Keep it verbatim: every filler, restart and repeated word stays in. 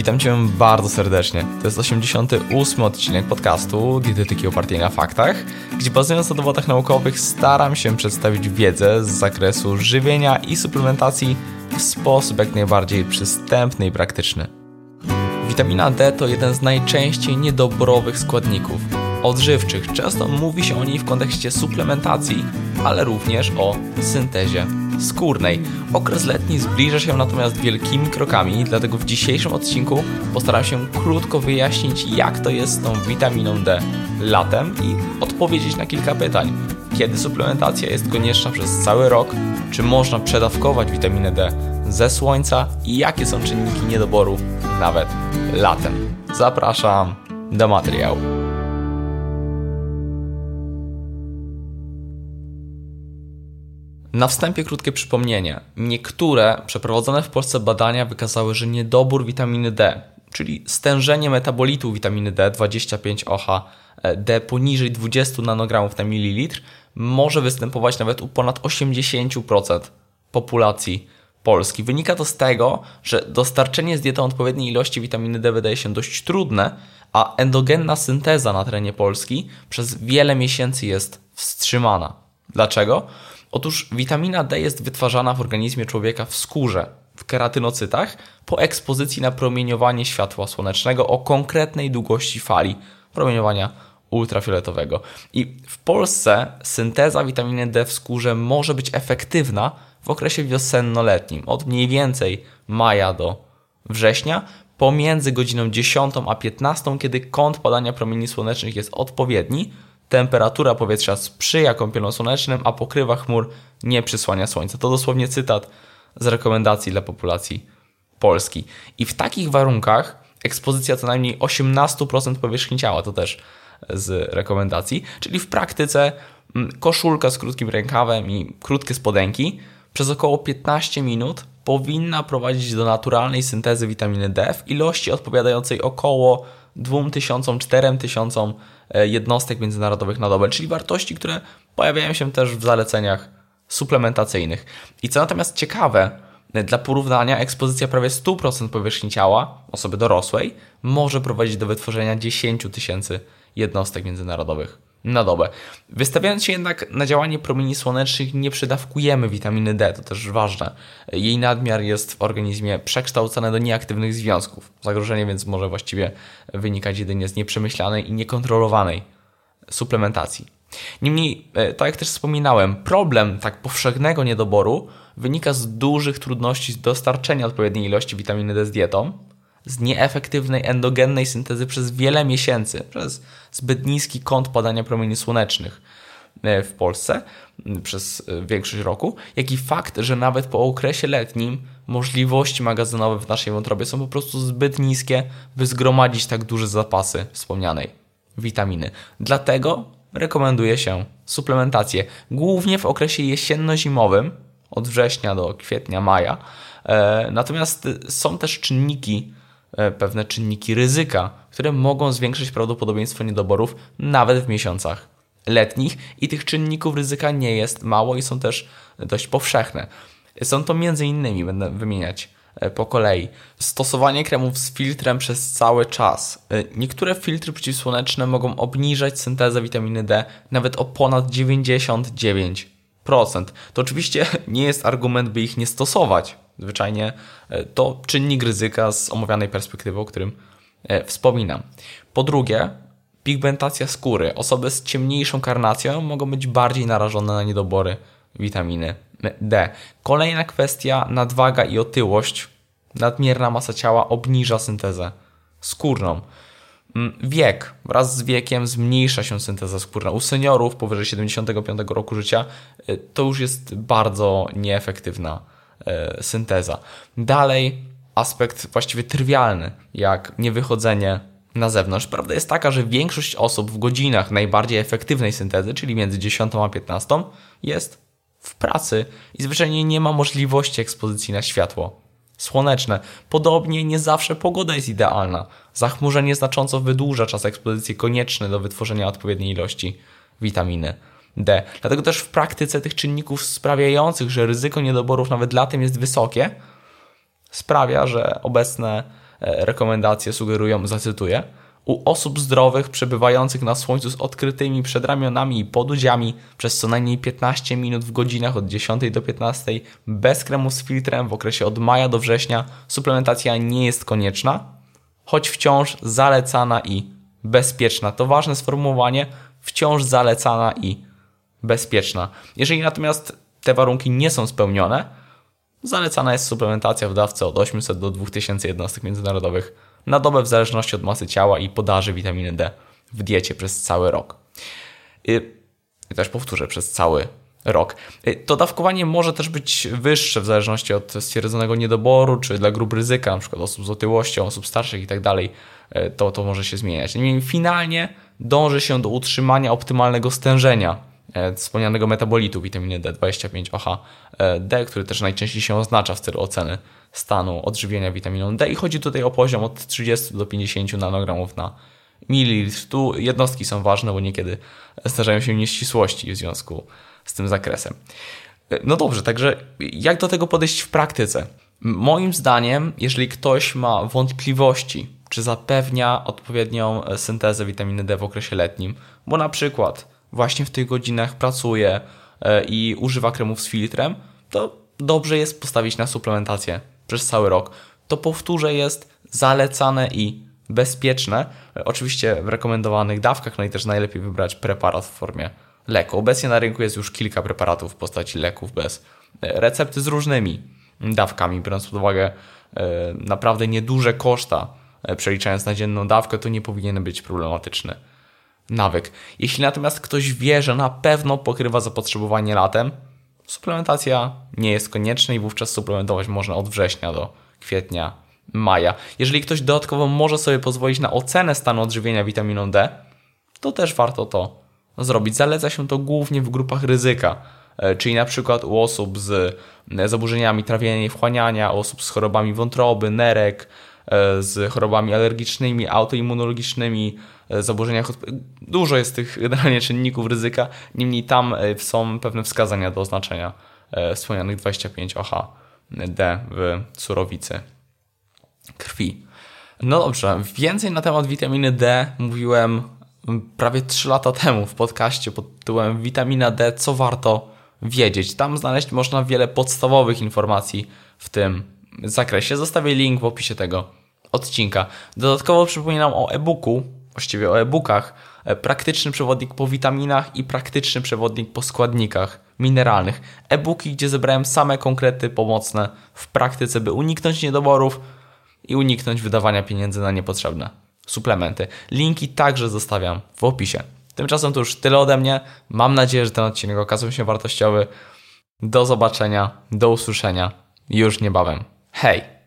Witam Cię bardzo serdecznie. To jest osiemdziesiąty ósmy odcinek podcastu Dietetyki opartej na faktach, gdzie bazując na dowodach naukowych staram się przedstawić wiedzę z zakresu żywienia i suplementacji w sposób jak najbardziej przystępny i praktyczny. Witamina D to jeden z najczęściej niedoborowych składników odżywczych. Często mówi się o niej w kontekście suplementacji, ale również o syntezie skórnej. Okres letni zbliża się natomiast wielkimi krokami, dlatego w dzisiejszym odcinku postaram się krótko wyjaśnić, jak to jest z tą witaminą D latem i odpowiedzieć na kilka pytań. Kiedy suplementacja jest konieczna przez cały rok? Czy można przedawkować witaminę D ze słońca? I jakie są czynniki niedoboru nawet latem? Zapraszam do materiału. Na wstępie krótkie przypomnienie. Niektóre przeprowadzone w Polsce badania wykazały, że niedobór witaminy D, czyli stężenie metabolitu witaminy D dwadzieścia pięć O H D poniżej dwadzieścia nanogramów na mililitr, może występować nawet u ponad osiemdziesiąt procent populacji Polski. Wynika to z tego, że dostarczenie z dietą odpowiedniej ilości witaminy D wydaje się dość trudne, a endogenna synteza na terenie Polski przez wiele miesięcy jest wstrzymana. Dlaczego? Otóż witamina D jest wytwarzana w organizmie człowieka w skórze, w keratynocytach, po ekspozycji na promieniowanie światła słonecznego o konkretnej długości fali promieniowania ultrafioletowego. I w Polsce synteza witaminy D w skórze może być efektywna w okresie wiosenno-letnim, od mniej więcej maja do września, pomiędzy godziną dziesiątą a piętnastą, kiedy kąt padania promieni słonecznych jest odpowiedni, temperatura powietrza sprzyja kąpielom słonecznym, a pokrywa chmur nie przysłania słońca. To dosłownie cytat z rekomendacji dla populacji Polski. I w takich warunkach ekspozycja co najmniej osiemnaście procent powierzchni ciała, to też z rekomendacji, czyli w praktyce koszulka z krótkim rękawem i krótkie spodenki przez około piętnaście minut powinna prowadzić do naturalnej syntezy witaminy D w ilości odpowiadającej około dwa tysiące do czterech tysięcy jednostek międzynarodowych na dobę, czyli wartości, które pojawiają się też w zaleceniach suplementacyjnych. I co natomiast ciekawe, dla porównania ekspozycja prawie sto procent powierzchni ciała osoby dorosłej może prowadzić do wytworzenia dziesięć tysięcy jednostek międzynarodowych na dobę. Wystawiając się jednak na działanie promieni słonecznych nie przydawkujemy witaminy D, to też ważne. Jej nadmiar jest w organizmie przekształcany do nieaktywnych związków. Zagrożenie więc może właściwie wynikać jedynie z nieprzemyślanej i niekontrolowanej suplementacji. Niemniej, tak jak też wspominałem, problem tak powszechnego niedoboru wynika z dużych trudności z dostarczenia odpowiedniej ilości witaminy D z dietą, z nieefektywnej endogennej syntezy przez wiele miesięcy, przez zbyt niski kąt padania promieni słonecznych w Polsce przez większość roku, jak i fakt, że nawet po okresie letnim możliwości magazynowe w naszej wątrobie są po prostu zbyt niskie, by zgromadzić tak duże zapasy wspomnianej witaminy. Dlatego rekomenduje się suplementację, głównie w okresie jesienno-zimowym, od września do kwietnia, maja. Natomiast są też czynniki, pewne czynniki ryzyka, które mogą zwiększyć prawdopodobieństwo niedoborów nawet w miesiącach letnich i tych czynników ryzyka nie jest mało i są też dość powszechne. Są to między innymi, będę wymieniać po kolei, stosowanie kremów z filtrem przez cały czas. Niektóre filtry przeciwsłoneczne mogą obniżać syntezę witaminy D nawet o ponad dziewięćdziesiąt dziewięć procent. To oczywiście nie jest argument, by ich nie stosować. Zwyczajnie to czynnik ryzyka z omawianej perspektywy, o którym wspominam. Po drugie, pigmentacja skóry. Osoby z ciemniejszą karnacją mogą być bardziej narażone na niedobory witaminy D. Kolejna kwestia, nadwaga i otyłość. Nadmierna masa ciała obniża syntezę skórną. Wiek. Wraz z wiekiem zmniejsza się synteza skórna. U seniorów powyżej siedemdziesiątego piątego roku życia to już jest bardzo nieefektywna synteza. Dalej aspekt właściwie trywialny, jak niewychodzenie na zewnątrz. Prawda jest taka, że większość osób w godzinach najbardziej efektywnej syntezy, czyli między dziesiątą a piętnastą, jest w pracy i zwyczajnie nie ma możliwości ekspozycji na światło słoneczne. Podobnie nie zawsze pogoda jest idealna. Zachmurzenie znacząco wydłuża czas ekspozycji konieczny do wytworzenia odpowiedniej ilości witaminy D. Dlatego też w praktyce tych czynników sprawiających, że ryzyko niedoborów nawet latem jest wysokie, sprawia, że obecne rekomendacje sugerują, zacytuję: u osób zdrowych przebywających na słońcu z odkrytymi przedramionami i podudziami przez co najmniej piętnaście minut w godzinach od dziesiątej do piętnastej bez kremu z filtrem w okresie od maja do września suplementacja nie jest konieczna, choć wciąż zalecana i bezpieczna. To ważne sformułowanie, wciąż zalecana i bezpieczna. Jeżeli natomiast te warunki nie są spełnione, zalecana jest suplementacja w dawce od osiemset do dwa tysiące jednostek międzynarodowych na dobę w zależności od masy ciała i podaży witaminy D w diecie przez cały rok. I też powtórzę, przez cały rok. To dawkowanie może też być wyższe w zależności od stwierdzonego niedoboru, czy dla grup ryzyka, np. osób z otyłością, osób starszych i tak dalej. To, to może się zmieniać. Niemniej finalnie dąży się do utrzymania optymalnego stężenia wspomnianego metabolitu witaminy D dwadzieścia pięć O H D, który też najczęściej się oznacza w stylu oceny stanu odżywienia witaminą D i chodzi tutaj o poziom od trzydziestu do pięćdziesięciu nanogramów na mililitr. Tu jednostki są ważne, bo niekiedy zdarzają się nieścisłości w związku z tym zakresem. No dobrze, także jak do tego podejść w praktyce? Moim zdaniem, jeżeli ktoś ma wątpliwości, czy zapewnia odpowiednią syntezę witaminy D w okresie letnim, bo na przykład właśnie w tych godzinach pracuje i używa kremów z filtrem, to dobrze jest postawić na suplementację przez cały rok. To, powtórzę, jest zalecane i bezpieczne. Oczywiście w rekomendowanych dawkach, no i też najlepiej wybrać preparat w formie leku. Obecnie na rynku jest już kilka preparatów w postaci leków bez recepty z różnymi dawkami. Biorąc pod uwagę naprawdę nieduże koszta, przeliczając na dzienną dawkę, to nie powinien być problematyczny nawyk. Jeśli natomiast ktoś wie, że na pewno pokrywa zapotrzebowanie latem, suplementacja nie jest konieczna i wówczas suplementować można od września do kwietnia, maja. Jeżeli ktoś dodatkowo może sobie pozwolić na ocenę stanu odżywienia witaminą D, to też warto to zrobić. Zaleca się to głównie w grupach ryzyka, czyli na przykład u osób z zaburzeniami trawienia i wchłaniania, u osób z chorobami wątroby, nerek, z chorobami alergicznymi, autoimmunologicznymi, zaburzeniach. Dużo jest tych generalnie czynników ryzyka, niemniej tam są pewne wskazania do oznaczenia wspomnianych dwadzieścia pięć O H D w surowicy krwi. No dobrze, więcej na temat witaminy D mówiłem prawie trzy lata temu w podcaście pod tytułem Witamina D, co warto wiedzieć. Tam znaleźć można wiele podstawowych informacji w tym zakresie. Zostawię link w opisie tego odcinka. Dodatkowo przypominam o e-booku, właściwie o e-bookach, praktyczny przewodnik po witaminach i praktyczny przewodnik po składnikach mineralnych. E-booki, gdzie zebrałem same konkrety pomocne w praktyce, by uniknąć niedoborów i uniknąć wydawania pieniędzy na niepotrzebne suplementy. Linki także zostawiam w opisie. Tymczasem to już tyle ode mnie. Mam nadzieję, że ten odcinek okazał się wartościowy. Do zobaczenia, do usłyszenia już niebawem. Hej!